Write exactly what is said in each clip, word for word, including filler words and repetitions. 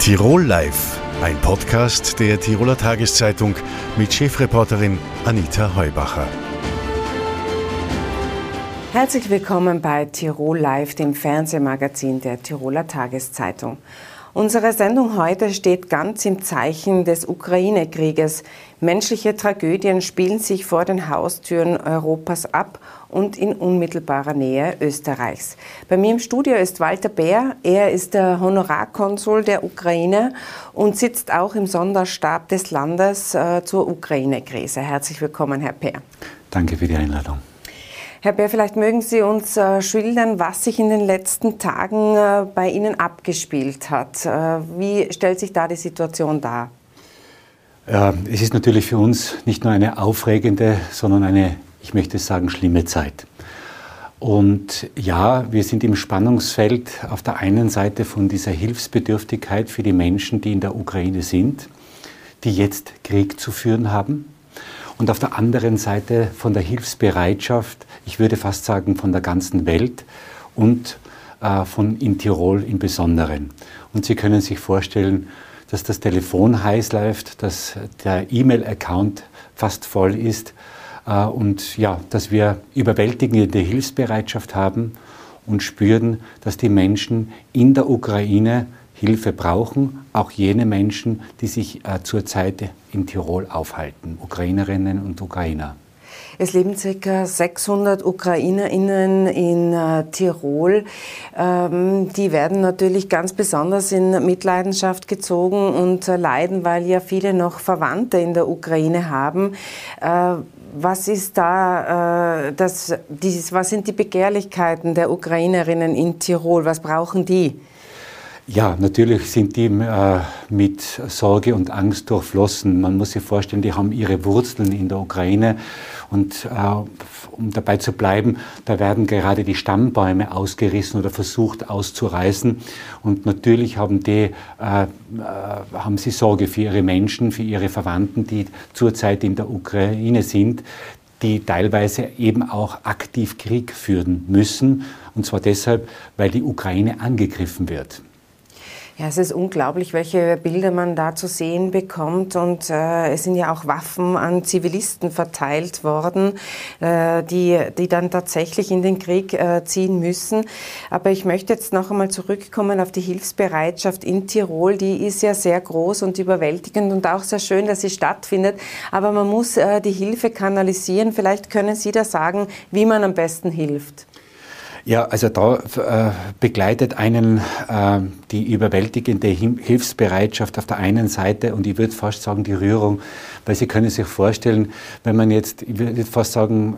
Tirol Live, ein Podcast der Tiroler Tageszeitung mit Chefreporterin Anita Heubacher. Herzlich willkommen bei Tirol Live, dem Fernsehmagazin der Tiroler Tageszeitung. Unsere Sendung heute steht ganz im Zeichen des Ukraine-Krieges. Menschliche Tragödien spielen sich vor den Haustüren Europas ab und in unmittelbarer Nähe Österreichs. Bei mir im Studio ist Walter Beer. Er ist der Honorarkonsul der Ukraine und sitzt auch im Sonderstab des Landes äh, zur Ukraine-Krise. Herzlich willkommen, Herr Beer. Danke für die Einladung. Herr Beer, vielleicht mögen Sie uns äh, schildern, was sich in den letzten Tagen äh, bei Ihnen abgespielt hat. Äh, wie stellt sich da die Situation dar? Äh, es ist natürlich für uns nicht nur eine aufregende, sondern eine, ich möchte sagen, schlimme Zeit. Und ja, wir sind im Spannungsfeld auf der einen Seite von dieser Hilfsbedürftigkeit für die Menschen, die in der Ukraine sind, die jetzt Krieg zu führen haben. Und auf der anderen Seite von der Hilfsbereitschaft, ich würde fast sagen von der ganzen Welt und äh, von in Tirol im Besonderen. Und Sie können sich vorstellen, dass das Telefon heiß läuft, dass der E-Mail-Account fast voll ist äh, und ja, dass wir überwältigende Hilfsbereitschaft haben und spüren, dass die Menschen in der Ukraine Hilfe brauchen, auch jene Menschen, die sich äh, zurzeit in Tirol aufhalten, Ukrainerinnen und Ukrainer. Es leben ca. sechshundert UkrainerInnen in äh, Tirol. Ähm, die werden natürlich ganz besonders in Mitleidenschaft gezogen und äh, leiden, weil ja viele noch Verwandte in der Ukraine haben. Äh, was ist da, äh, das, dieses, was sind die Begehrlichkeiten der Ukrainerinnen in Tirol? Was brauchen die? Ja, natürlich sind die äh, mit Sorge und Angst durchflossen. Man muss sich vorstellen, die haben ihre Wurzeln in der Ukraine. Und äh, um dabei zu bleiben, da werden gerade die Stammbäume ausgerissen oder versucht auszureißen. Und natürlich haben, die, äh, äh, haben sie Sorge für ihre Menschen, für ihre Verwandten, die zurzeit in der Ukraine sind, die teilweise eben auch aktiv Krieg führen müssen. Und zwar deshalb, weil die Ukraine angegriffen wird. Ja, es ist unglaublich, welche Bilder man da zu sehen bekommt. Und äh, es sind ja auch Waffen an Zivilisten verteilt worden, äh, die, die dann tatsächlich in den Krieg äh, ziehen müssen. Aber ich möchte jetzt noch einmal zurückkommen auf die Hilfsbereitschaft in Tirol. Die ist ja sehr groß und überwältigend und auch sehr schön, dass sie stattfindet. Aber man muss äh, die Hilfe kanalisieren. Vielleicht können Sie da sagen, wie man am besten hilft. Ja, also da äh, begleitet einen äh, die überwältigende Hilfsbereitschaft auf der einen Seite und ich würde fast sagen die Rührung, weil Sie können sich vorstellen, wenn man jetzt, ich würde fast sagen,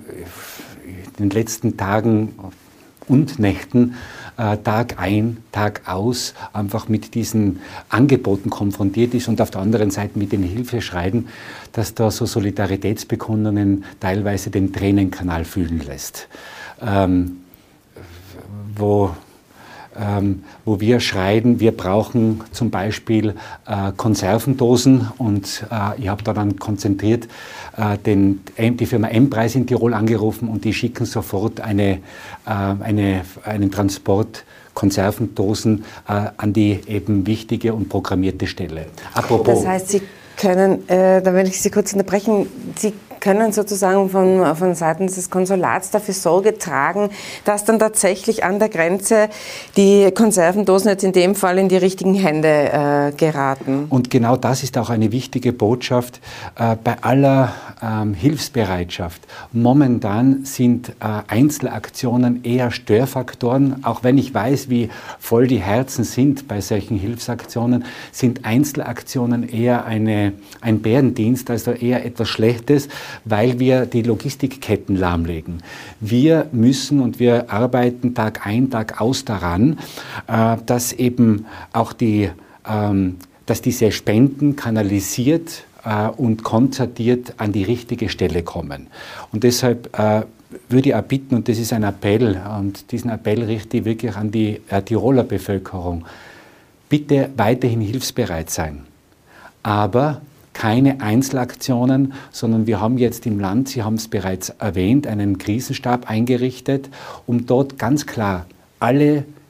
in den letzten Tagen und Nächten äh, Tag ein, Tag aus einfach mit diesen Angeboten konfrontiert ist und auf der anderen Seite mit den Hilfeschreien, dass da so Solidaritätsbekundungen teilweise den Tränenkanal fühlen lässt. Ähm, Wo, ähm, wo wir schreien, wir brauchen zum Beispiel äh, Konservendosen und äh, ich habe da dann konzentriert äh, den, die Firma M-Preis in Tirol angerufen und die schicken sofort eine, äh, eine, einen Transport Konservendosen äh, an die eben wichtige und programmierte Stelle. Apropos, das heißt, Sie können, äh, da will ich Sie kurz unterbrechen, Sie können sozusagen von, von Seiten des Konsulats dafür Sorge tragen, dass dann tatsächlich an der Grenze die Konservendosen jetzt in dem Fall in die richtigen Hände äh, geraten. Und genau das ist auch eine wichtige Botschaft äh, bei aller ähm, Hilfsbereitschaft. Momentan sind äh, Einzelaktionen eher Störfaktoren, auch wenn ich weiß, wie voll die Herzen sind bei solchen Hilfsaktionen, sind Einzelaktionen eher eine, ein Bärendienst, also eher etwas Schlechtes, weil wir die Logistikketten lahmlegen. Wir müssen und wir arbeiten Tag ein, Tag aus daran, äh, dass eben auch die, ähm, dass diese Spenden kanalisiert äh, und konzertiert an die richtige Stelle kommen. Und deshalb äh, würde ich auch bitten, und das ist ein Appell, und diesen Appell richte ich wirklich an die äh, Tiroler Bevölkerung, bitte weiterhin hilfsbereit sein. Aber keine Einzelaktionen, sondern wir haben jetzt im Land, Sie haben es bereits erwähnt, einen Krisenstab eingerichtet, um dort ganz klar alle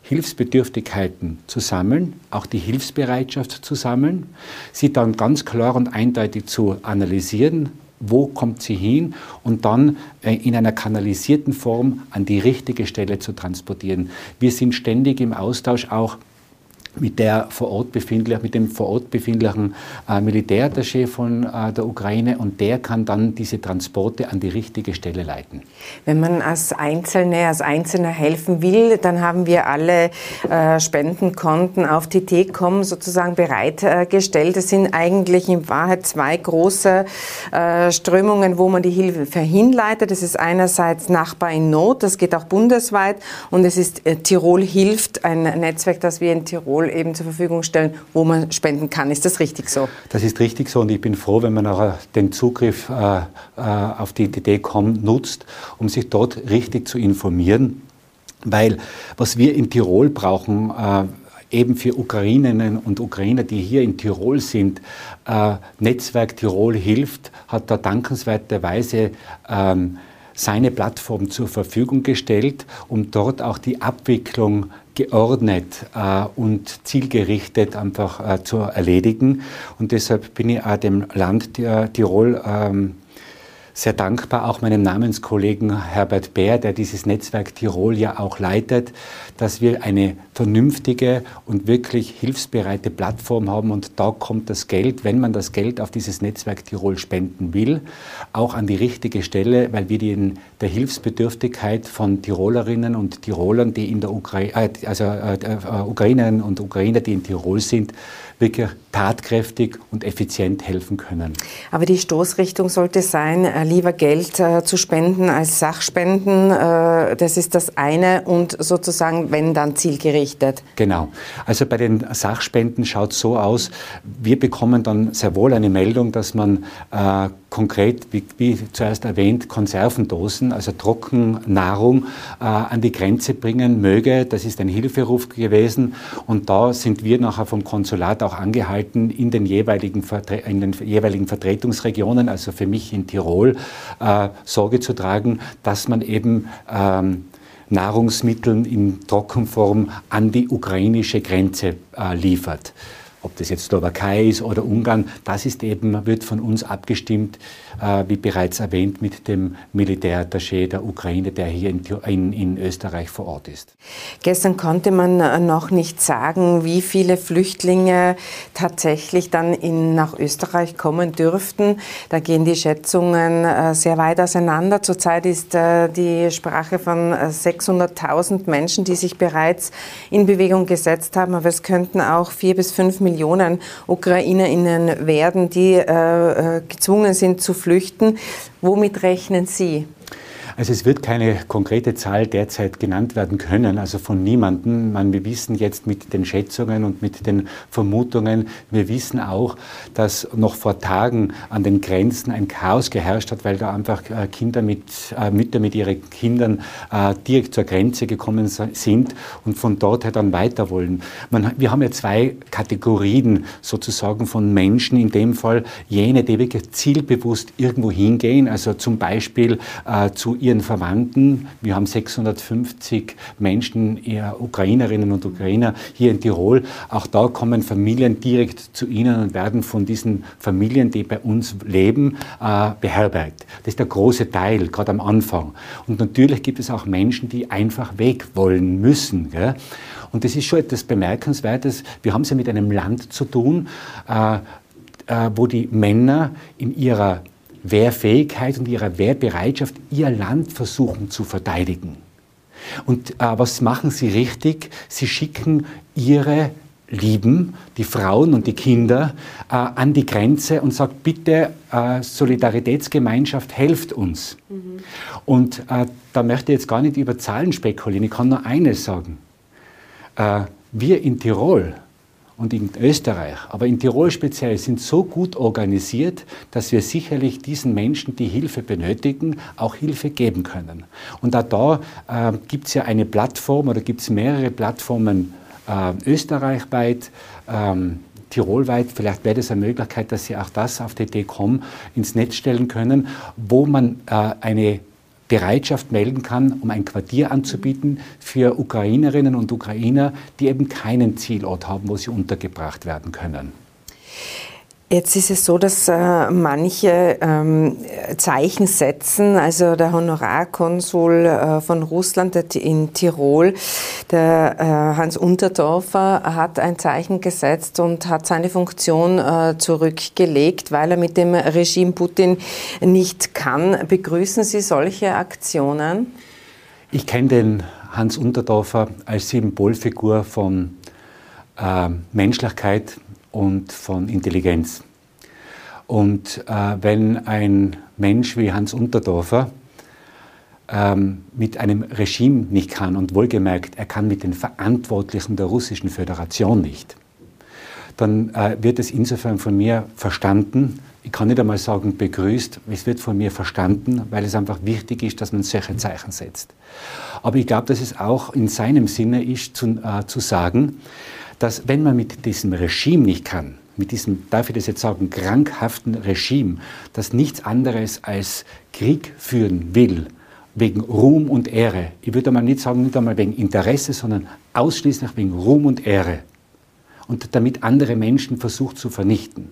Hilfsbedürftigkeiten zu sammeln, auch die Hilfsbereitschaft zu sammeln, sie dann ganz klar und eindeutig zu analysieren, wo kommt sie hin und dann äh, in einer kanalisierten Form an die richtige Stelle zu transportieren. Wir sind ständig im Austausch auch mit, der vor Ort befindlich, mit dem vor Ort befindlichen äh, Militärattaché von äh, der Ukraine und der kann dann diese Transporte an die richtige Stelle leiten. Wenn man als Einzelne, als Einzelner helfen will, dann haben wir alle äh, Spendenkonten auf die T C O M sozusagen bereitgestellt. Es sind eigentlich in Wahrheit zwei große äh, Strömungen, wo man die Hilfe hinleitet. Das ist einerseits Nachbar in Not, das geht auch bundesweit und es ist äh, Tirol hilft, ein Netzwerk, das wir in Tirol eben zur Verfügung stellen, wo man spenden kann. Ist das richtig so? Das ist richtig so und ich bin froh, wenn man auch den Zugriff äh, äh, auf die T C O M nutzt, um sich dort richtig zu informieren, weil was wir in Tirol brauchen, äh, eben für Ukrainerinnen und Ukrainer, die hier in Tirol sind, äh, Netzwerk Tirol hilft, hat da dankenswerterweise ähm, seine Plattform zur Verfügung gestellt, um dort auch die Abwicklung geordnet äh, und zielgerichtet einfach äh, zu erledigen. Und deshalb bin ich auch dem Land Tirol ähm, sehr dankbar, auch meinem Namenskollegen Herbert Bär, der dieses Netzwerk Tirol ja auch leitet, dass wir eine vernünftige und wirklich hilfsbereite Plattform haben und da kommt das Geld, wenn man das Geld auf dieses Netzwerk Tirol spenden will, auch an die richtige Stelle, weil wir die in der Hilfsbedürftigkeit von Tirolerinnen und Tirolern, die in der Ukraine, äh, also äh, äh, Ukrainerinnen und Ukrainer, die in Tirol sind, wirklich tatkräftig und effizient helfen können. Aber die Stoßrichtung sollte sein, lieber Geld äh, zu spenden als Sachspenden. Äh, das ist das eine und sozusagen, wenn dann zielgerichtet. Genau. Also bei den Sachspenden schaut es so aus, wir bekommen dann sehr wohl eine Meldung, dass man äh, konkret, wie, wie zuerst erwähnt, Konservendosen, also Trockennahrung, äh, an die Grenze bringen möge. Das ist ein Hilferuf gewesen und da sind wir nachher vom Konsulat auch angehalten, in den jeweiligen, Vertre- in den jeweiligen Vertretungsregionen, also für mich in Tirol, äh, Sorge zu tragen, dass man eben ähm, Nahrungsmittel in Trockenform an die ukrainische Grenze äh, liefert. Ob das jetzt Slowakei ist oder Ungarn, das ist eben, wird von uns abgestimmt, äh, wie bereits erwähnt, mit dem Militärattaché der Ukraine, der hier in, in, in Österreich vor Ort ist. Gestern konnte man noch nicht sagen, wie viele Flüchtlinge tatsächlich dann in, nach Österreich kommen dürften. Da gehen die Schätzungen äh, sehr weit auseinander. Zurzeit ist äh, die Sprache von äh, sechshunderttausend Menschen, die sich bereits in Bewegung gesetzt haben. Aber es könnten auch vier bis fünf Millionen Millionen UkrainerInnen werden, die äh, gezwungen sind zu flüchten. Womit rechnen Sie? Also es wird keine konkrete Zahl derzeit genannt werden können, also von niemandem. Man, wir wissen jetzt mit den Schätzungen und mit den Vermutungen, wir wissen auch, dass noch vor Tagen an den Grenzen ein Chaos geherrscht hat, weil da einfach äh, Kinder mit, äh, Mütter mit ihren Kindern äh, direkt zur Grenze gekommen sind und von dort her dann weiter wollen. Man, wir haben ja zwei Kategorien sozusagen von Menschen, in dem Fall jene, die wirklich zielbewusst irgendwo hingehen, also zum Beispiel äh, zu ihren Verwandten. Wir haben sechshundertfünfzig Menschen, eher Ukrainerinnen und Ukrainer hier in Tirol. Auch da kommen Familien direkt zu ihnen und werden von diesen Familien, die bei uns leben, äh, beherbergt. Das ist der große Teil, gerade am Anfang. Und natürlich gibt es auch Menschen, die einfach weg wollen müssen. Gell? Und das ist schon etwas Bemerkenswertes. Wir haben es ja mit einem Land zu tun, äh, äh, wo die Männer in ihrer Wehrfähigkeit und ihrer Wehrbereitschaft ihr Land versuchen zu verteidigen. Und äh, was machen sie richtig? Sie schicken ihre Lieben, die Frauen und die Kinder, äh, an die Grenze und sagen, bitte äh, Solidaritätsgemeinschaft, helft uns. Mhm. Und äh, da möchte ich jetzt gar nicht über Zahlen spekulieren, ich kann nur eines sagen. Äh, wir in Tirol und in Österreich, aber in Tirol speziell, sind so gut organisiert, dass wir sicherlich diesen Menschen, die Hilfe benötigen, auch Hilfe geben können. Und auch da äh, gibt es ja eine Plattform oder gibt es mehrere Plattformen äh, österreichweit, ähm, tirolweit, vielleicht wäre das eine Möglichkeit, dass Sie auch das auf die T C O M ins Netz stellen können, wo man äh, eine Bereitschaft melden kann, um ein Quartier anzubieten für Ukrainerinnen und Ukrainer, die eben keinen Zielort haben, wo sie untergebracht werden können. Jetzt ist es so, dass äh, manche ähm, Zeichen setzen, also der Honorarkonsul äh, von Russland in Tirol, der äh, Hans Unterdorfer, hat ein Zeichen gesetzt und hat seine Funktion äh, zurückgelegt, weil er mit dem Regime Putin nicht kann. Begrüßen Sie solche Aktionen? Ich kenne den Hans Unterdorfer als Symbolfigur von äh, Menschlichkeit und von Intelligenz. Und äh, wenn ein Mensch wie Hans Unterdorfer ähm, mit einem Regime nicht kann, und wohlgemerkt, er kann mit den Verantwortlichen der Russischen Föderation nicht, dann äh, wird es insofern von mir verstanden, ich kann nicht einmal sagen begrüßt, es wird von mir verstanden, weil es einfach wichtig ist, dass man solche Zeichen setzt. Aber ich glaube, dass es auch in seinem Sinne ist, zu, äh, zu sagen, dass wenn man mit diesem Regime nicht kann, mit diesem, darf ich das jetzt sagen, krankhaften Regime, das nichts anderes als Krieg führen will, wegen Ruhm und Ehre, ich würde mal nicht sagen, nicht einmal wegen Interesse, sondern ausschließlich wegen Ruhm und Ehre und damit andere Menschen versucht zu vernichten,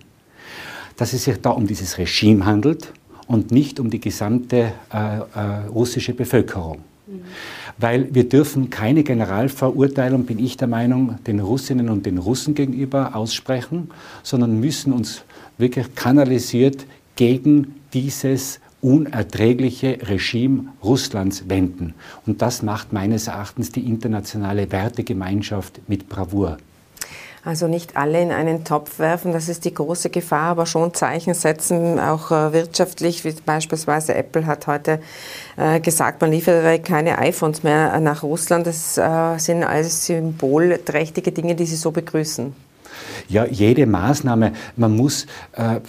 dass es sich da um dieses Regime handelt und nicht um die gesamte äh, äh, russische Bevölkerung. Mhm. Weil wir dürfen keine Generalverurteilung, bin ich der Meinung, den Russinnen und den Russen gegenüber aussprechen, sondern müssen uns wirklich kanalisiert gegen dieses unerträgliche Regime Russlands wenden. Und das macht meines Erachtens die internationale Wertegemeinschaft mit Bravour. Also nicht alle in einen Topf werfen, das ist die große Gefahr, aber schon Zeichen setzen, auch äh, wirtschaftlich, wie beispielsweise Apple hat heute äh, gesagt, man liefere keine iPhones mehr nach Russland. Das äh, sind alles symbolträchtige Dinge, die Sie so begrüßen. Ja, jede Maßnahme, man muss, äh,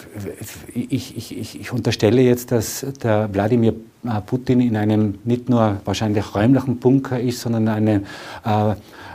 ich, ich, ich, ich unterstelle jetzt, dass der Wladimir Putin in einem nicht nur wahrscheinlich räumlichen Bunker ist, sondern eine, äh,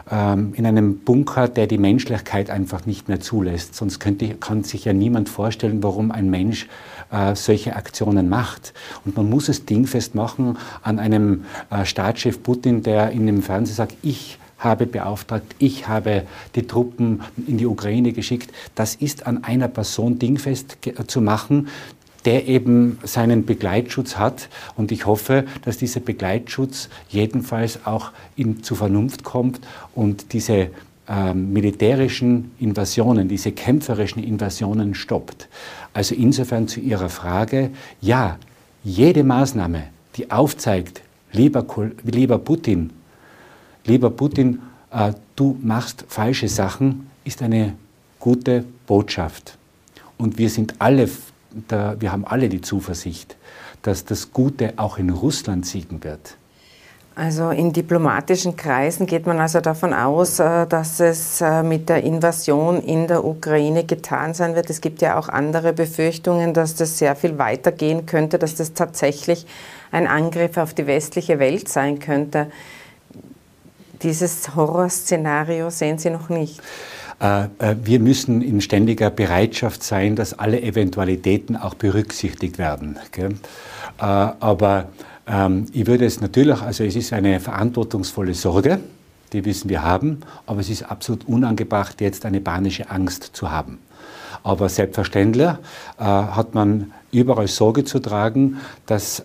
in einem Bunker, der die Menschlichkeit einfach nicht mehr zulässt. Sonst könnte, kann sich ja niemand vorstellen, warum ein Mensch äh, solche Aktionen macht. Und man muss es dingfest machen an einem äh, Staatschef Putin, der in dem Fernsehen sagt, ich habe beauftragt, ich habe die Truppen in die Ukraine geschickt. Das ist an einer Person dingfest zu machen, der eben seinen Begleitschutz hat. Und ich hoffe, dass dieser Begleitschutz jedenfalls auch in, zu Vernunft kommt und diese äh, militärischen Invasionen, diese kämpferischen Invasionen stoppt. Also insofern zu Ihrer Frage, ja, jede Maßnahme, die aufzeigt, lieber, lieber Putin, lieber Putin, äh, du machst falsche Sachen, ist eine gute Botschaft. Und wir sind alle Da, wir haben alle die Zuversicht, dass das Gute auch in Russland siegen wird. Also in diplomatischen Kreisen geht man also davon aus, dass es mit der Invasion in der Ukraine getan sein wird. Es gibt ja auch andere Befürchtungen, dass das sehr viel weiter gehen könnte, dass das tatsächlich ein Angriff auf die westliche Welt sein könnte. Dieses Horrorszenario sehen Sie noch nicht? Wir müssen in ständiger Bereitschaft sein, dass alle Eventualitäten auch berücksichtigt werden. Aber ich würde es natürlich, also es ist eine verantwortungsvolle Sorge, die wissen wir haben, aber es ist absolut unangebracht, jetzt eine panische Angst zu haben. Aber selbstverständlich hat man überall Sorge zu tragen, dass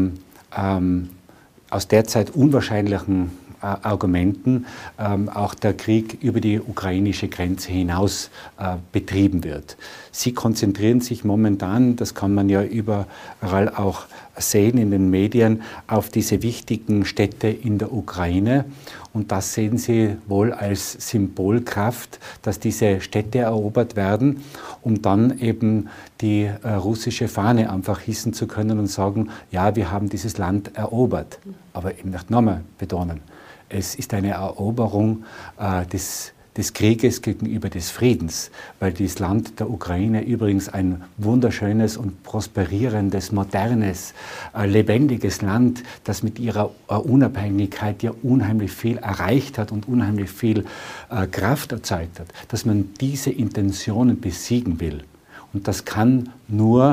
aus derzeit unwahrscheinlichen Argumenten ähm, auch der Krieg über die ukrainische Grenze hinaus äh, betrieben wird. Sie konzentrieren sich momentan, das kann man ja überall auch sehen in den Medien, auf diese wichtigen Städte in der Ukraine. Und das sehen Sie wohl als Symbolkraft, dass diese Städte erobert werden, um dann eben die äh, russische Fahne einfach hissen zu können und sagen, ja, wir haben dieses Land erobert. Aber ich möchte nochmal betonen, es ist eine Eroberung äh, des, des Krieges gegenüber des Friedens, weil das Land der Ukraine übrigens ein wunderschönes und prosperierendes, modernes, äh, lebendiges Land, das mit ihrer äh, Unabhängigkeit ja unheimlich viel erreicht hat und unheimlich viel äh, Kraft erzeugt hat, dass man diese Intentionen besiegen will. Und das kann nur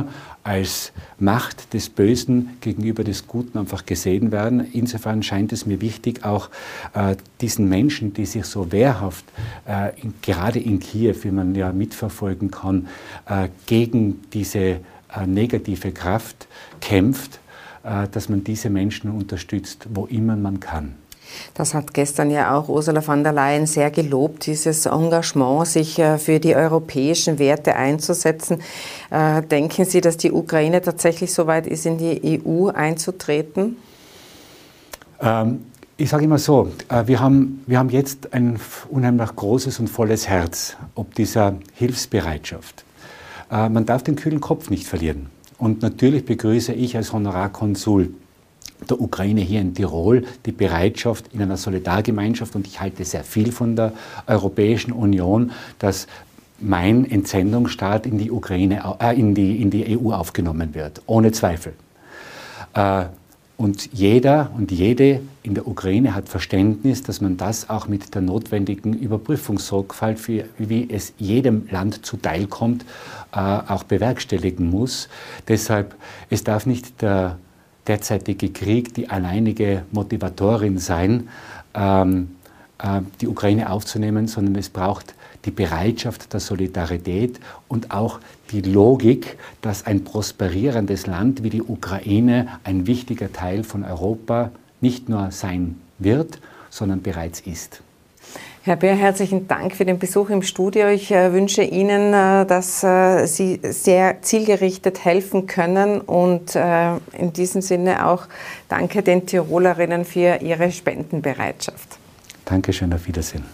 als Macht des Bösen gegenüber des Guten einfach gesehen werden. Insofern scheint es mir wichtig, auch äh, diesen Menschen, die sich so wehrhaft, äh, in, gerade in Kiew, wie man ja mitverfolgen kann, äh, gegen diese äh, negative Kraft kämpft, äh, dass man diese Menschen unterstützt, wo immer man kann. Das hat gestern ja auch Ursula von der Leyen sehr gelobt, dieses Engagement, sich für die europäischen Werte einzusetzen. Denken Sie, dass die Ukraine tatsächlich so weit ist, in die E U einzutreten? Ähm, ich sage immer so, wir haben, wir haben jetzt ein unheimlich großes und volles Herz ob dieser Hilfsbereitschaft. Man darf den kühlen Kopf nicht verlieren. Und natürlich begrüße ich als Honorarkonsul der Ukraine hier in Tirol die Bereitschaft in einer Solidargemeinschaft, und ich halte sehr viel von der Europäischen Union, dass mein Entsendungsstaat in die Ukraine, äh, in die, in die E U aufgenommen wird, ohne Zweifel. Äh, und jeder und jede in der Ukraine hat Verständnis, dass man das auch mit der notwendigen Überprüfungssorgfalt, für, wie es jedem Land zuteilkommt, äh, auch bewerkstelligen muss. Deshalb, es darf nicht der derzeitige Krieg die alleinige Motivatorin sein, ähm, äh, die Ukraine aufzunehmen, sondern es braucht die Bereitschaft der Solidarität und auch die Logik, dass ein prosperierendes Land wie die Ukraine ein wichtiger Teil von Europa nicht nur sein wird, sondern bereits ist. Herr Beer, herzlichen Dank für den Besuch im Studio. Ich äh, wünsche Ihnen, äh, dass äh, Sie sehr zielgerichtet helfen können, und äh, in diesem Sinne auch danke den Tirolerinnen für ihre Spendenbereitschaft. Dankeschön, auf Wiedersehen.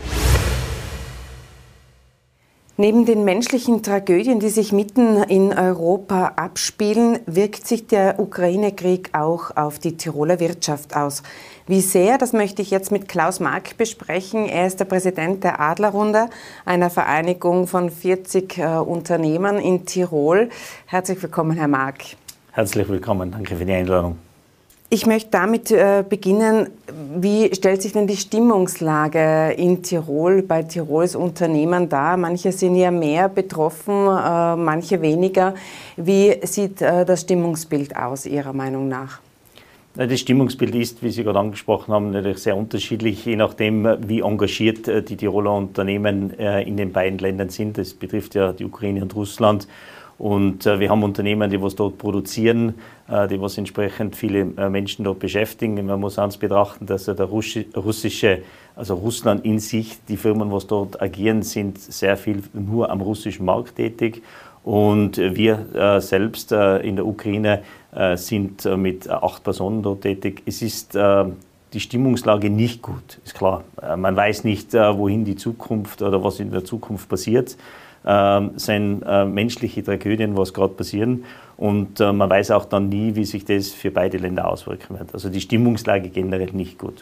Neben den menschlichen Tragödien, die sich mitten in Europa abspielen, wirkt sich der Ukraine-Krieg auch auf die Tiroler Wirtschaft aus. Wie sehr, das möchte ich jetzt mit Klaus Mark besprechen. Er ist der Präsident der Adlerrunde, einer Vereinigung von vierzig äh, Unternehmern in Tirol. Herzlich willkommen, Herr Mark. Herzlich willkommen, danke für die Einladung. Ich möchte damit äh, beginnen. Wie stellt sich denn die Stimmungslage in Tirol bei Tirols Unternehmern dar? Manche sind ja mehr betroffen, äh, manche weniger. Wie sieht äh, das Stimmungsbild aus, Ihrer Meinung nach? Das Stimmungsbild ist, wie Sie gerade angesprochen haben, natürlich sehr unterschiedlich, je nachdem, wie engagiert die Tiroler Unternehmen in den beiden Ländern sind. Das betrifft ja die Ukraine und Russland. Und wir haben Unternehmen, die was dort produzieren, die was entsprechend viele Menschen dort beschäftigen. Man muss eins betrachten, dass der russische, also Russland in sich, die Firmen, was dort agieren, sind sehr viel nur am russischen Markt tätig. Und wir äh, selbst äh, in der Ukraine äh, sind äh, mit acht Personen dort tätig. Es ist äh, die Stimmungslage nicht gut, ist klar. Äh, man weiß nicht, äh, wohin die Zukunft oder was in der Zukunft passiert. Äh, es sind äh, menschliche Tragödien, was gerade passieren. Und äh, man weiß auch dann nie, wie sich das für beide Länder auswirken wird. Also die Stimmungslage generell nicht gut.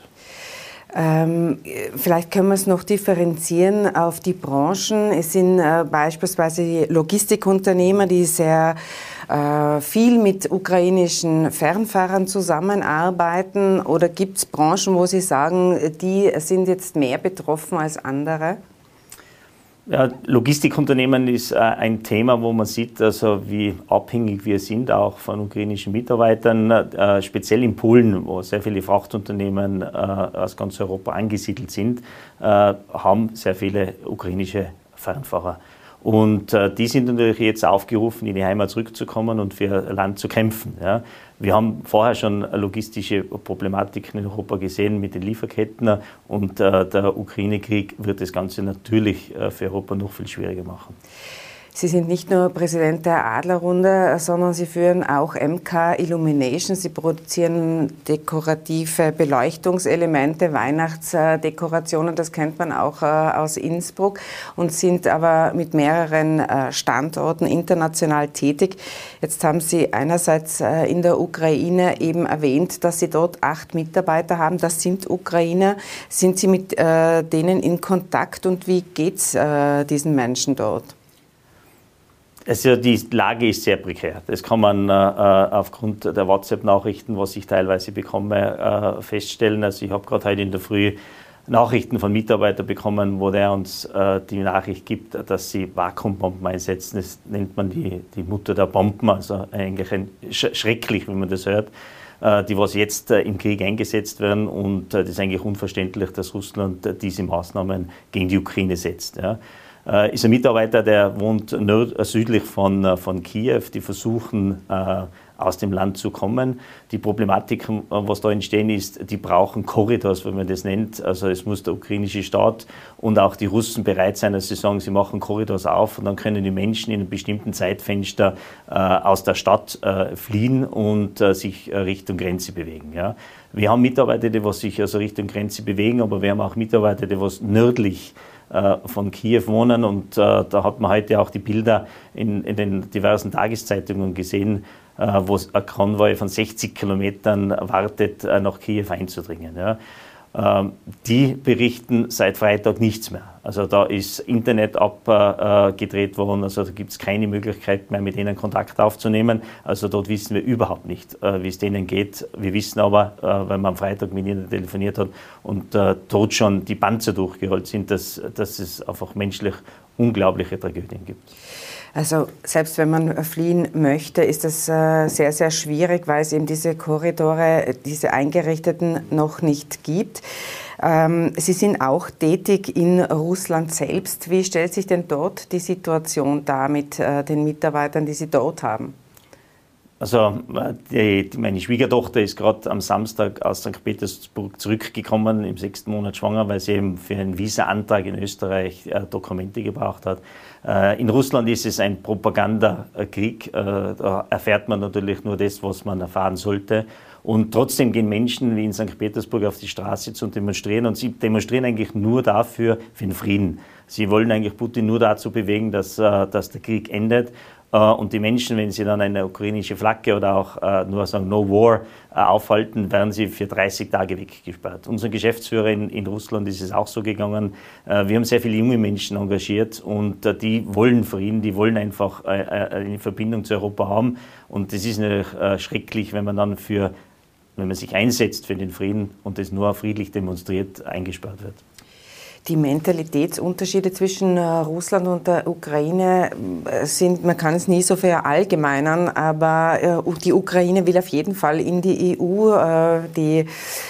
Ähm, vielleicht können wir es noch differenzieren auf die Branchen. Es sind äh, beispielsweise die Logistikunternehmer, die sehr äh, viel mit ukrainischen Fernfahrern zusammenarbeiten. Oder gibt es Branchen, wo Sie sagen, die sind jetzt mehr betroffen als andere? Ja, Logistikunternehmen ist äh, ein Thema, wo man sieht, also wie abhängig wir sind, auch von ukrainischen Mitarbeitern, äh, speziell in Polen, wo sehr viele Frachtunternehmen äh, aus ganz Europa angesiedelt sind, äh, haben sehr viele ukrainische Fernfahrer. Und äh, die sind natürlich jetzt aufgerufen, in die Heimat zurückzukommen und für ihr Land zu kämpfen. Ja. Wir haben vorher schon logistische Problematiken in Europa gesehen mit den Lieferketten, und äh, der Ukraine-Krieg wird das Ganze natürlich äh, für Europa noch viel schwieriger machen. Sie sind nicht nur Präsident der Adlerrunde, sondern Sie führen auch M K Illumination. Sie produzieren dekorative Beleuchtungselemente, Weihnachtsdekorationen, das kennt man auch aus Innsbruck, und sind aber mit mehreren Standorten international tätig. Jetzt haben Sie einerseits in der Ukraine eben erwähnt, dass Sie dort acht Mitarbeiter haben. Das sind Ukrainer. Sind Sie mit denen in Kontakt, und wie geht es diesen Menschen dort? Also die Lage ist sehr prekär. Das kann man äh, aufgrund der WhatsApp-Nachrichten, was ich teilweise bekomme, äh, feststellen. Also ich habe gerade heute in der Früh Nachrichten von Mitarbeitern bekommen, wo der uns äh, die Nachricht gibt, dass sie Vakuumbomben einsetzen. Das nennt man die, die Mutter der Bomben, also eigentlich ein, sch schrecklich, wenn man das hört, äh, die was jetzt äh, im Krieg eingesetzt werden. Und äh, das ist eigentlich unverständlich, dass Russland äh, diese Maßnahmen gegen die Ukraine setzt. Ja. Äh, ist ein Mitarbeiter, der wohnt nord äh, südlich von, äh, von Kiew. Die versuchen, äh, aus dem Land zu kommen. Die Problematik, was da entstehen ist, die brauchen Korridors, wenn man das nennt. Also es muss der ukrainische Staat und auch die Russen bereit sein, dass sie sagen, sie machen Korridors auf und dann können die Menschen in einem bestimmten Zeitfenster äh, aus der Stadt äh, fliehen und äh, sich äh, Richtung Grenze bewegen. Ja. Wir haben Mitarbeiter, die was sich also Richtung Grenze bewegen, aber wir haben auch Mitarbeiter, die was nördlich äh, von Kiew wohnen und äh, da hat man heute auch die Bilder in, in den diversen Tageszeitungen gesehen, wo ein Konvoi von sechzig Kilometern wartet, nach Kiew einzudringen. Ja. Die berichten seit Freitag nichts mehr. Also da ist Internet abgedreht worden, also da gibt es keine Möglichkeit mehr, mit denen Kontakt aufzunehmen. Also dort wissen wir überhaupt nicht, wie es denen geht. Wir wissen aber, weil man am Freitag mit ihnen telefoniert hat und dort schon die Panzer durchgerollt sind, dass, dass es einfach menschlich unglaubliche Tragödien gibt. Also selbst wenn man fliehen möchte, ist das äh, sehr, sehr schwierig, weil es eben diese Korridore, diese eingerichteten, noch nicht gibt. Ähm, Sie sind auch tätig in Russland selbst. Wie stellt sich denn dort die Situation dar mit äh, den Mitarbeitern, die Sie dort haben? Also die, die, meine Schwiegertochter ist gerade am Samstag aus Sankt Petersburg zurückgekommen, im sechsten Monat schwanger, weil sie eben für einen Visa-Antrag in Österreich äh, Dokumente gebraucht hat. Äh, in Russland ist es ein Propagandakrieg. Äh, da erfährt man natürlich nur das, was man erfahren sollte. Und trotzdem gehen Menschen wie in Sankt Petersburg auf die Straße zu demonstrieren und sie demonstrieren eigentlich nur dafür, für den Frieden. Sie wollen eigentlich Putin nur dazu bewegen, dass, äh, dass der Krieg endet. Und die Menschen, wenn sie dann eine ukrainische Flagge oder auch äh, nur sagen No War äh, aufhalten, werden sie für dreißig Tage weggesperrt. Unser Geschäftsführer in, in Russland ist es auch so gegangen. Äh, wir haben sehr viele junge Menschen engagiert und äh, die wollen Frieden, die wollen einfach äh, eine Verbindung zu Europa haben. Und das ist natürlich äh, schrecklich, wenn man dann für, wenn man sich einsetzt für den Frieden und das nur friedlich demonstriert, eingesperrt wird. Die Mentalitätsunterschiede zwischen Russland und der Ukraine sind, man kann es nie so verallgemeinern, aber die Ukraine will auf jeden Fall in die E U. Die,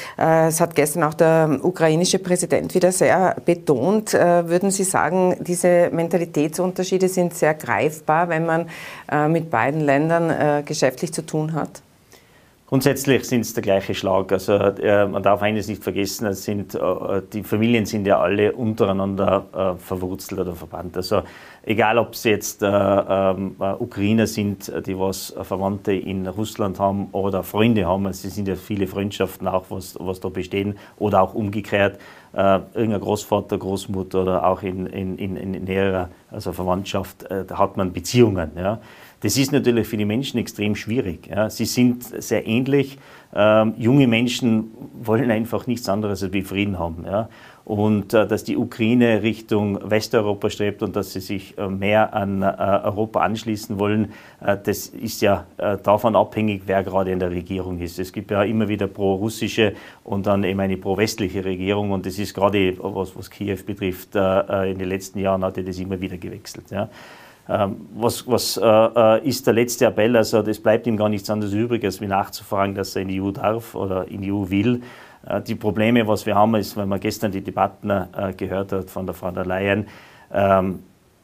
es hat gestern auch der ukrainische Präsident wieder sehr betont. Würden Sie sagen, diese Mentalitätsunterschiede sind sehr greifbar, wenn man mit beiden Ländern geschäftlich zu tun hat? Grundsätzlich sind es der gleiche Schlag. Also äh, man darf eines nicht vergessen, es sind, äh, die Familien sind ja alle untereinander äh, verwurzelt oder verbannt. Also egal, ob es jetzt äh, äh, Ukrainer sind, die was Verwandte in Russland haben oder Freunde haben, also es sind ja viele Freundschaften auch, was, was da bestehen, oder auch umgekehrt, äh, irgendein Großvater, Großmutter oder auch in, in, in, in näherer also Verwandtschaft, äh, da hat man Beziehungen. Ja. Das ist natürlich für die Menschen extrem schwierig. Ja. Sie sind sehr ähnlich. Ähm, junge Menschen wollen einfach nichts anderes als wie Frieden haben. Ja. Und äh, dass die Ukraine Richtung Westeuropa strebt und dass sie sich äh, mehr an äh, Europa anschließen wollen, äh, das ist ja äh, davon abhängig, wer gerade in der Regierung ist. Es gibt ja immer wieder pro-russische und dann eben eine pro-westliche Regierung und das ist gerade, was, was Kiew betrifft, äh, in den letzten Jahren hat das immer wieder gewechselt. Ja. Ähm, was was äh, ist der letzte Appell? Also das bleibt ihm gar nichts anderes übrig, als wie nachzufragen, dass er in die E U darf oder in die E U will. Äh, die Probleme, was wir haben, ist, wenn man gestern die Debatten äh, gehört hat von der Frau der Leyen, ähm,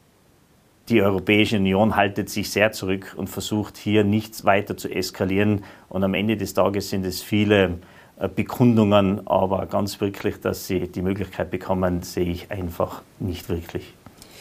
die Europäische Union haltet sich sehr zurück und versucht hier nichts weiter zu eskalieren. Und am Ende des Tages sind es viele äh, Bekundungen, aber ganz wirklich, dass sie die Möglichkeit bekommen, sehe ich einfach nicht wirklich.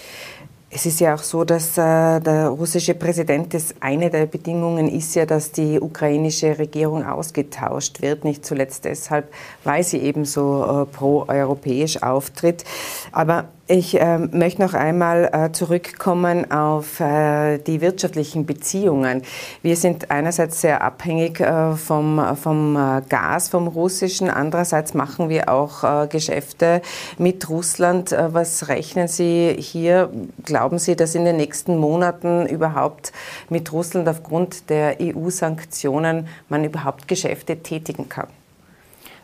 Es ist ja auch so, dass äh, der russische Präsident, das eine der Bedingungen ist ja, dass die ukrainische Regierung ausgetauscht wird, nicht zuletzt deshalb, weil sie eben so äh, pro-europäisch auftritt. Aber ich äh, möchte noch einmal äh, zurückkommen auf äh, die wirtschaftlichen Beziehungen. Wir sind einerseits sehr abhängig äh, vom, vom äh, Gas, vom russischen. Andererseits machen wir auch äh, Geschäfte mit Russland. Äh, was rechnen Sie hier? Glauben Sie, dass in den nächsten Monaten überhaupt mit Russland aufgrund der E U-Sanktionen man überhaupt Geschäfte tätigen kann?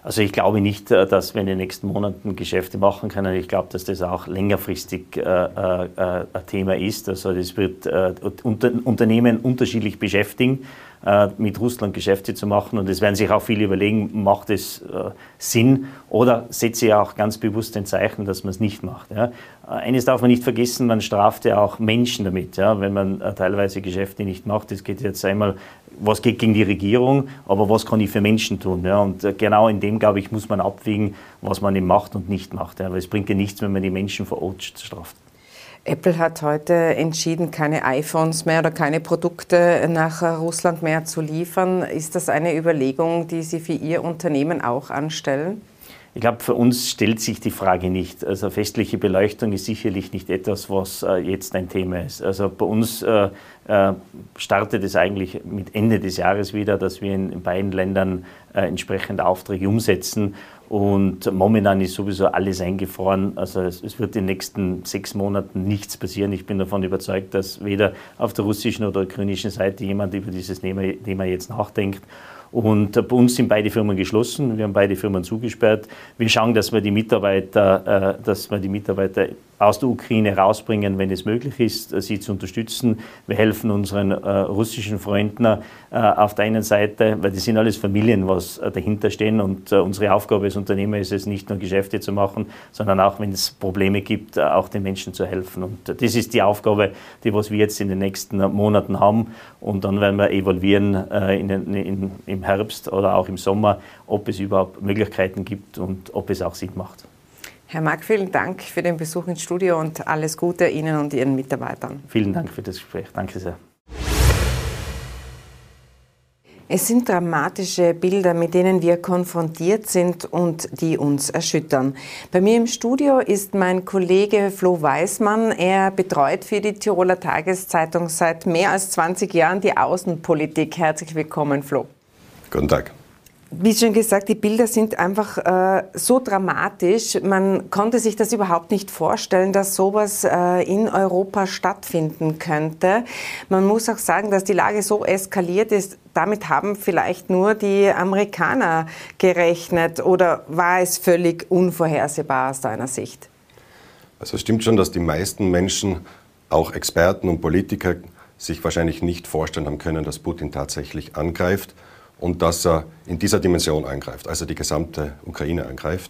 Also ich glaube nicht, dass wir in den nächsten Monaten Geschäfte machen können. Ich glaube, dass das auch längerfristig äh, äh, ein Thema ist. Also das wird äh, unter, Unternehmen unterschiedlich beschäftigen, äh, mit Russland Geschäfte zu machen. Und es werden sich auch viele überlegen, macht es äh, Sinn oder setze ich auch ganz bewusst ein Zeichen, dass man es nicht macht. Ja. Eines darf man nicht vergessen, man straft ja auch Menschen damit, ja, wenn man äh, teilweise Geschäfte nicht macht. Das geht jetzt einmal, was geht gegen die Regierung, aber was kann ich für Menschen tun? Ja? Und äh, genau in dem, glaube ich, muss man abwägen, was man eben macht und nicht macht. Ja? Weil es bringt ja nichts, wenn man die Menschen vor Ort straft. Apple hat heute entschieden, keine iPhones mehr oder keine Produkte nach Russland mehr zu liefern. Ist das eine Überlegung, die Sie für Ihr Unternehmen auch anstellen? Ich glaube, für uns stellt sich die Frage nicht. Also festliche Beleuchtung ist sicherlich nicht etwas, was äh, jetzt ein Thema ist. Also bei uns äh, äh, startet es eigentlich mit Ende des Jahres wieder, dass wir in, in beiden Ländern äh, entsprechend Aufträge umsetzen. Und momentan ist sowieso alles eingefroren. Also es, es wird in den nächsten sechs Monaten nichts passieren. Ich bin davon überzeugt, dass weder auf der russischen oder ukrainischen Seite jemand über dieses Thema jetzt nachdenkt. Und bei uns sind beide Firmen geschlossen. Wir haben beide Firmen zugesperrt. Wir schauen, dass wir die Mitarbeiter, äh, dass wir die Mitarbeiter aus der Ukraine rausbringen, wenn es möglich ist, sie zu unterstützen. Wir helfen unseren äh, russischen Freunden äh, auf der einen Seite, weil das sind alles Familien, was äh, dahinter stehen. Und äh, unsere Aufgabe als Unternehmer ist es, nicht nur Geschäfte zu machen, sondern auch, wenn es Probleme gibt, äh, auch den Menschen zu helfen. Und äh, das ist die Aufgabe, die was wir jetzt in den nächsten äh, Monaten haben. Und dann werden wir evaluieren äh, in, in, im Herbst oder auch im Sommer, ob es überhaupt Möglichkeiten gibt und ob es auch Sinn macht. Herr Mack, vielen Dank für den Besuch ins Studio und alles Gute Ihnen und Ihren Mitarbeitern. Vielen Dank für das Gespräch. Danke sehr. Es sind dramatische Bilder, mit denen wir konfrontiert sind und die uns erschüttern. Bei mir im Studio ist mein Kollege Flo Weismann. Er betreut für die Tiroler Tageszeitung seit mehr als zwanzig Jahren die Außenpolitik. Herzlich willkommen, Flo. Guten Tag. Wie schon gesagt, die Bilder sind einfach äh, so dramatisch. Man konnte sich das überhaupt nicht vorstellen, dass sowas äh, in Europa stattfinden könnte. Man muss auch sagen, dass die Lage so eskaliert ist. Damit haben vielleicht nur die Amerikaner gerechnet, oder war es völlig unvorhersehbar aus deiner Sicht? Also es stimmt schon, dass die meisten Menschen, auch Experten und Politiker, sich wahrscheinlich nicht vorstellen haben können, dass Putin tatsächlich angreift. Und dass er in dieser Dimension angreift, also die gesamte Ukraine angreift.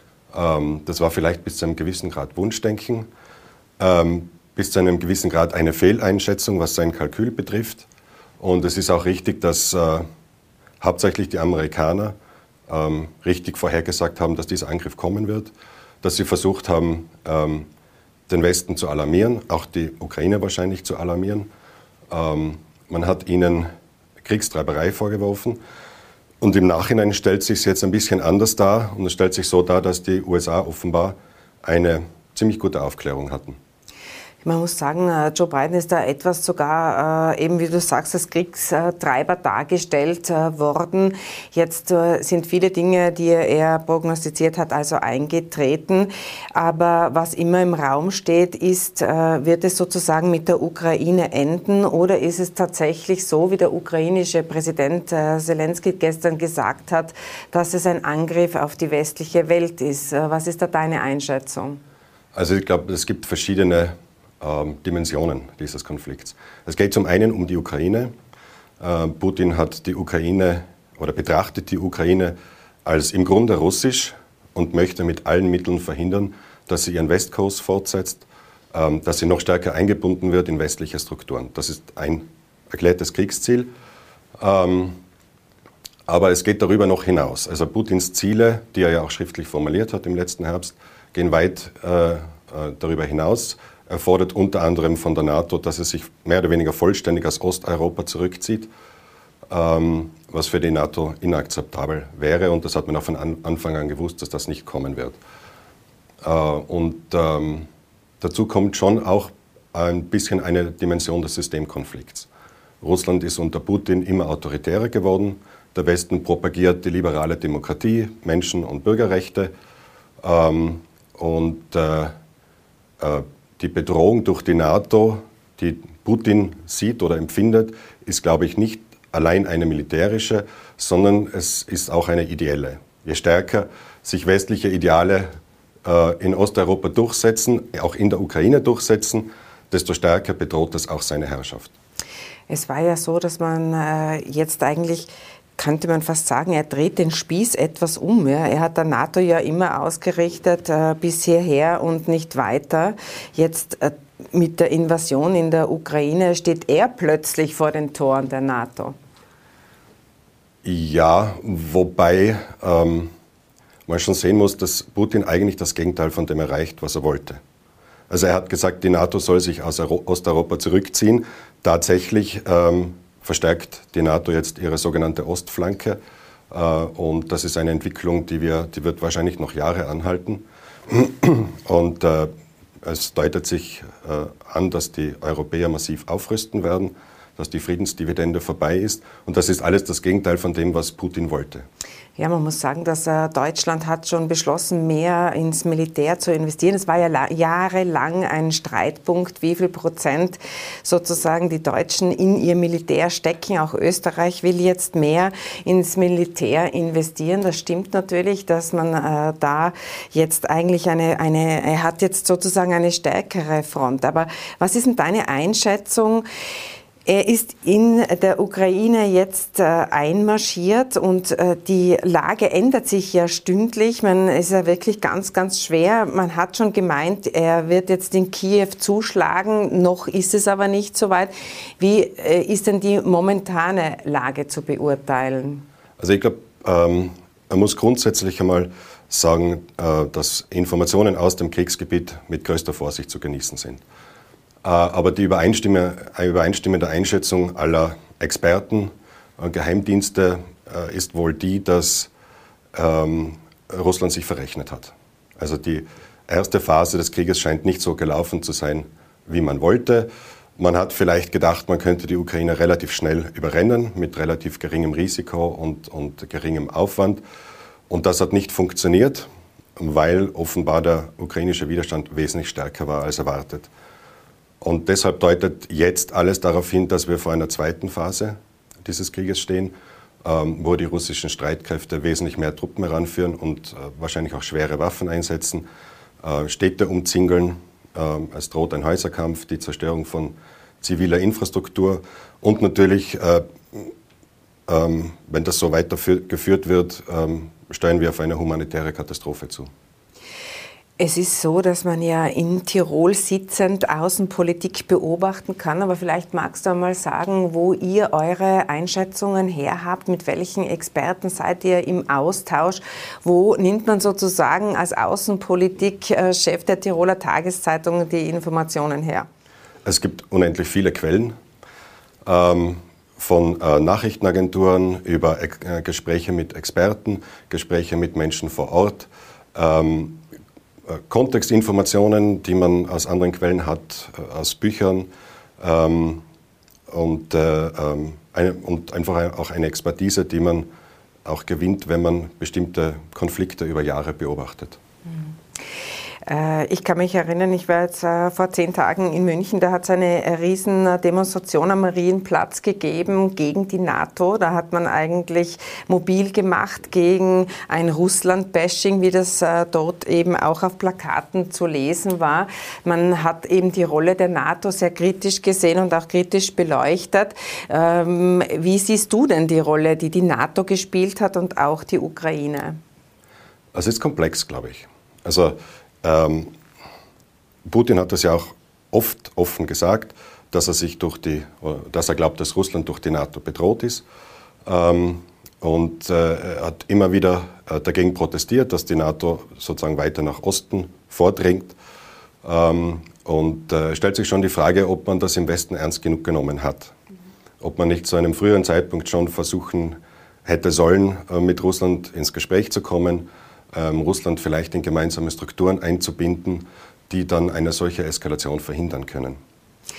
Ähm, das war vielleicht bis zu einem gewissen Grad Wunschdenken, ähm, bis zu einem gewissen Grad eine Fehleinschätzung, was sein Kalkül betrifft. Und es ist auch richtig, dass äh, hauptsächlich die Amerikaner ähm, richtig vorhergesagt haben, dass dieser Angriff kommen wird, dass sie versucht haben, ähm, den Westen zu alarmieren, auch die Ukraine wahrscheinlich zu alarmieren. Ähm, man hat ihnen Kriegstreiberei vorgeworfen. Und im Nachhinein stellt sich es jetzt ein bisschen anders dar. Und es stellt sich so dar, dass die U S A offenbar eine ziemlich gute Aufklärung hatten. Man muss sagen, Joe Biden ist da etwas sogar, eben wie du sagst, als Kriegstreiber dargestellt worden. Jetzt sind viele Dinge, die er prognostiziert hat, also eingetreten. Aber was immer im Raum steht, ist, wird es sozusagen mit der Ukraine enden, oder ist es tatsächlich so, wie der ukrainische Präsident Zelensky gestern gesagt hat, dass es ein Angriff auf die westliche Welt ist? Was ist da deine Einschätzung? Also ich glaube, es gibt verschiedene Dimensionen dieses Konflikts. Es geht zum einen um die Ukraine. Putin hat die Ukraine oder betrachtet die Ukraine als im Grunde russisch und möchte mit allen Mitteln verhindern, dass sie ihren Westkurs fortsetzt, dass sie noch stärker eingebunden wird in westliche Strukturen. Das ist ein erklärtes Kriegsziel. Aber es geht darüber noch hinaus. Also Putins Ziele, die er ja auch schriftlich formuliert hat im letzten Herbst, gehen weit darüber hinaus. Er fordert unter anderem von der NATO, dass es sich mehr oder weniger vollständig aus Osteuropa zurückzieht, ähm, was für die NATO inakzeptabel wäre. Und das hat man auch von an, Anfang an gewusst, dass das nicht kommen wird. Äh, und ähm, dazu kommt schon auch ein bisschen eine Dimension des Systemkonflikts. Russland ist unter Putin immer autoritärer geworden. Der Westen propagiert die liberale Demokratie, Menschen- und Bürgerrechte. Ähm, und äh, äh, Die Bedrohung durch die NATO, die Putin sieht oder empfindet, ist, glaube ich, nicht allein eine militärische, sondern es ist auch eine ideelle. Je stärker sich westliche Ideale äh, in Osteuropa durchsetzen, auch in der Ukraine durchsetzen, desto stärker bedroht das auch seine Herrschaft. Es war ja so, dass man äh, jetzt eigentlich, könnte man fast sagen, er dreht den Spieß etwas um. Ja? Er hat der NATO ja immer ausgerichtet, äh, bis hierher und nicht weiter. Jetzt äh, mit der Invasion in der Ukraine steht er plötzlich vor den Toren der NATO. Ja, wobei ähm, man schon sehen muss, dass Putin eigentlich das Gegenteil von dem erreicht, was er wollte. Also er hat gesagt, die NATO soll sich aus Osteuropa zurückziehen. Tatsächlich ähm, verstärkt die NATO jetzt ihre sogenannte Ostflanke. Äh, und das ist eine Entwicklung, die, wir, die wird wahrscheinlich noch Jahre anhalten. Und äh, es deutet sich äh, an, dass die Europäer massiv aufrüsten werden, dass die Friedensdividende vorbei ist. Und das ist alles das Gegenteil von dem, was Putin wollte. Ja, man muss sagen, dass äh, Deutschland hat schon beschlossen, mehr ins Militär zu investieren. Es war ja la- jahrelang ein Streitpunkt, wie viel Prozent sozusagen die Deutschen in ihr Militär stecken. Auch Österreich will jetzt mehr ins Militär investieren. Das stimmt natürlich, dass man äh, da jetzt eigentlich eine, eine, er hat jetzt sozusagen eine stärkere Front. Aber was ist denn deine Einschätzung? Er ist in der Ukraine jetzt äh, einmarschiert und äh, die Lage ändert sich ja stündlich. Man ist ja wirklich ganz, ganz schwer. Man hat schon gemeint, er wird jetzt in Kiew zuschlagen. Noch ist es aber nicht so weit. Wie äh, ist denn die momentane Lage zu beurteilen? Also ich glaube, ähm, man muss grundsätzlich einmal sagen, äh, dass Informationen aus dem Kriegsgebiet mit größter Vorsicht zu genießen sind. Aber die übereinstimmende Einschätzung aller Experten und Geheimdienste ist wohl die, dass ähm, Russland sich verrechnet hat. Also die erste Phase des Krieges scheint nicht so gelaufen zu sein, wie man wollte. Man hat vielleicht gedacht, man könnte die Ukraine relativ schnell überrennen, mit relativ geringem Risiko und, und geringem Aufwand. Und das hat nicht funktioniert, weil offenbar der ukrainische Widerstand wesentlich stärker war als erwartet. Und deshalb deutet jetzt alles darauf hin, dass wir vor einer zweiten Phase dieses Krieges stehen, ähm, wo die russischen Streitkräfte wesentlich mehr Truppen heranführen und äh, wahrscheinlich auch schwere Waffen einsetzen, äh, Städte umzingeln. Äh, es droht ein Häuserkampf, die Zerstörung von ziviler Infrastruktur und natürlich, äh, ähm, wenn das so weitergeführt wird, ähm, steuern wir auf eine humanitäre Katastrophe zu. Es ist so, dass man ja in Tirol sitzend Außenpolitik beobachten kann, aber vielleicht magst du einmal sagen, wo ihr eure Einschätzungen her habt, mit welchen Experten seid ihr im Austausch, wo nimmt man sozusagen als Außenpolitik-Chef der Tiroler Tageszeitung die Informationen her? Es gibt unendlich viele Quellen, ähm, von äh, Nachrichtenagenturen über äh, Gespräche mit Experten, Gespräche mit Menschen vor Ort, ähm, Kontextinformationen, die man aus anderen Quellen hat, aus Büchern ähm, und, äh, ähm, eine, und einfach auch eine Expertise, die man auch gewinnt, wenn man bestimmte Konflikte über Jahre beobachtet. Mhm. Ich kann mich erinnern, ich war jetzt vor zehn Tagen in München, da hat es eine riesen Demonstration am Marienplatz gegeben gegen die NATO. Da hat man eigentlich mobil gemacht gegen ein Russland-Bashing, wie das dort eben auch auf Plakaten zu lesen war. Man hat eben die Rolle der NATO sehr kritisch gesehen und auch kritisch beleuchtet. Wie siehst du denn die Rolle, die die NATO gespielt hat und auch die Ukraine? Es ist komplex, glaube ich. Also Ähm, Putin hat das ja auch oft offen gesagt, dass er sich durch die, dass er glaubt, dass Russland durch die NATO bedroht ist. Ähm, und äh, er hat immer wieder äh, dagegen protestiert, dass die NATO sozusagen weiter nach Osten vordringt. Ähm, und äh, stellt sich schon die Frage, ob man das im Westen ernst genug genommen hat. Ob man nicht zu einem früheren Zeitpunkt schon versuchen hätte sollen, äh, mit Russland ins Gespräch zu kommen, Ähm, Russland vielleicht in gemeinsame Strukturen einzubinden, die dann eine solche Eskalation verhindern können.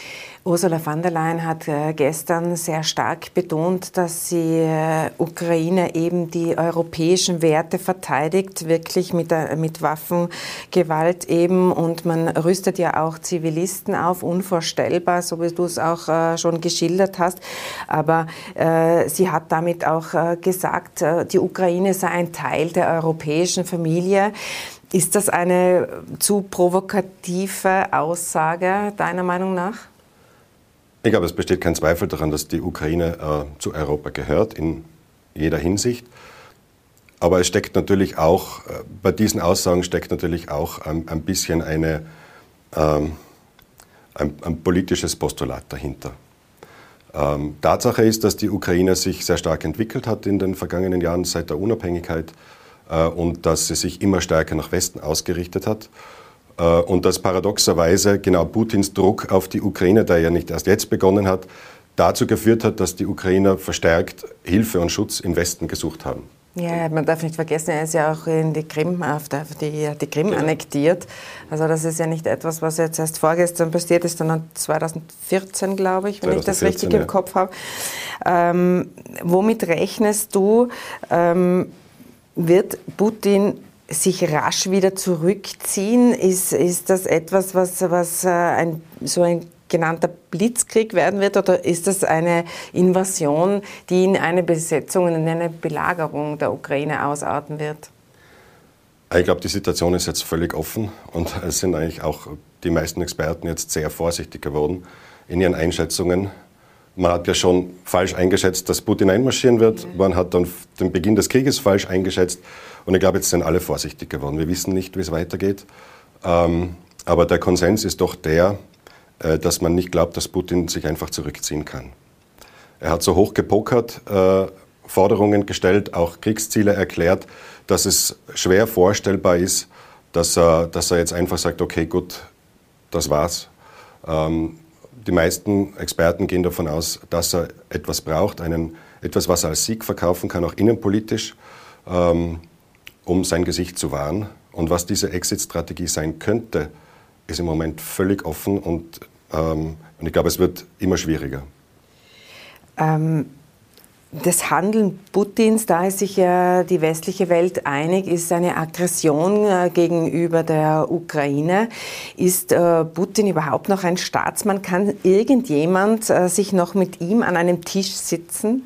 Ursula von der Leyen hat gestern sehr stark betont, dass die Ukraine eben die europäischen Werte verteidigt, wirklich mit, mit Waffengewalt eben. Und man rüstet ja auch Zivilisten auf, unvorstellbar, so wie du es auch schon geschildert hast. Aber äh, sie hat damit auch äh, gesagt, äh, die Ukraine sei ein Teil der europäischen Familie. Ist das eine zu provokative Aussage, deiner Meinung nach? Ich glaube, es besteht kein Zweifel daran, dass die Ukraine äh, zu Europa gehört, in jeder Hinsicht. Aber es steckt natürlich auch, äh, bei diesen Aussagen steckt natürlich auch ein, ein bisschen eine, ähm, ein, ein politisches Postulat dahinter. Ähm, Tatsache ist, dass die Ukraine sich sehr stark entwickelt hat in den vergangenen Jahren seit der Unabhängigkeit äh, und dass sie sich immer stärker nach Westen ausgerichtet hat. Und dass paradoxerweise genau Putins Druck auf die Ukraine, der ja nicht erst jetzt begonnen hat, dazu geführt hat, dass die Ukrainer verstärkt Hilfe und Schutz im Westen gesucht haben. Ja, man darf nicht vergessen, er ist ja auch in die Krim, auf der, die, die Krim ja. annektiert. Also das ist ja nicht etwas, was jetzt erst vorgestern passiert ist, sondern zweitausendvierzehn, glaube ich, wenn ich das richtig ja. im Kopf habe. Ähm, womit rechnest du, ähm, wird Putin sich rasch wieder zurückziehen? Ist, ist das etwas, was, was ein, so ein genannter Blitzkrieg werden wird, oder ist das eine Invasion, die in eine Besetzung, in eine Belagerung der Ukraine ausarten wird? Ich glaube, die Situation ist jetzt völlig offen und es sind eigentlich auch die meisten Experten jetzt sehr vorsichtig geworden in ihren Einschätzungen. Man hat ja schon falsch eingeschätzt, dass Putin einmarschieren wird. Mhm. Man hat dann den Beginn des Krieges falsch eingeschätzt. Und ich glaube, jetzt sind alle vorsichtig geworden. Wir wissen nicht, wie es weitergeht. Ähm, aber der Konsens ist doch der, äh, dass man nicht glaubt, dass Putin sich einfach zurückziehen kann. Er hat so hoch gepokert, äh, Forderungen gestellt, auch Kriegsziele erklärt, dass es schwer vorstellbar ist, dass er, dass er jetzt einfach sagt, okay, gut, das war's. Ähm, Die meisten Experten gehen davon aus, dass er etwas braucht, einen, etwas, was er als Sieg verkaufen kann, auch innenpolitisch, ähm, um sein Gesicht zu wahren. Und was diese Exit-Strategie sein könnte, ist im Moment völlig offen und, ähm, und ich glaube, es wird immer schwieriger. Ähm Das Handeln Putins, da ist sich ja die westliche Welt einig, ist eine Aggression äh, gegenüber der Ukraine. Ist äh, Putin überhaupt noch ein Staatsmann? Kann irgendjemand äh, sich noch mit ihm an einem Tisch sitzen?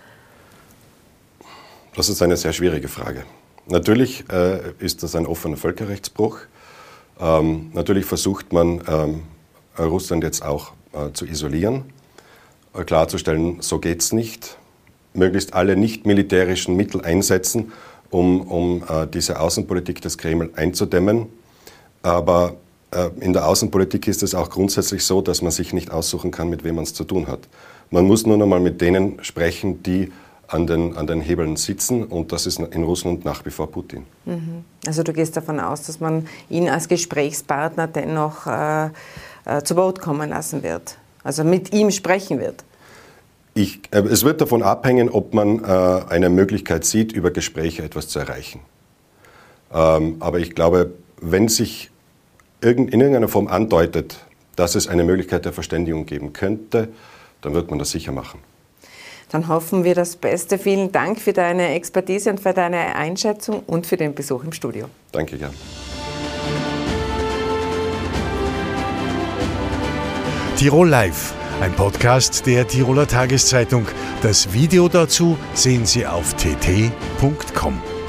Das ist eine sehr schwierige Frage. Natürlich äh, ist das ein offener Völkerrechtsbruch. Ähm, natürlich versucht man, ähm, Russland jetzt auch äh, zu isolieren, äh, klarzustellen, so geht's nicht. Möglichst alle nicht-militärischen Mittel einsetzen, um, um äh, diese Außenpolitik des Kreml einzudämmen. Aber äh, in der Außenpolitik ist es auch grundsätzlich so, dass man sich nicht aussuchen kann, mit wem man es zu tun hat. Man muss nur noch mal mit denen sprechen, die an den, an den Hebeln sitzen, und das ist in Russland nach wie vor Putin. Mhm. Also du gehst davon aus, dass man ihn als Gesprächspartner dennoch äh, äh, zu Wort kommen lassen wird, also mit ihm sprechen wird? Ich, äh, es wird davon abhängen, ob man äh, eine Möglichkeit sieht, über Gespräche etwas zu erreichen. Ähm, aber ich glaube, wenn sich irgend, in irgendeiner Form andeutet, dass es eine Möglichkeit der Verständigung geben könnte, dann wird man das sicher machen. Dann hoffen wir das Beste. Vielen Dank für deine Expertise und für deine Einschätzung und für den Besuch im Studio. Danke, gern. Tirol Live, ein Podcast der Tiroler Tageszeitung. Das Video dazu sehen Sie auf t t punkt com.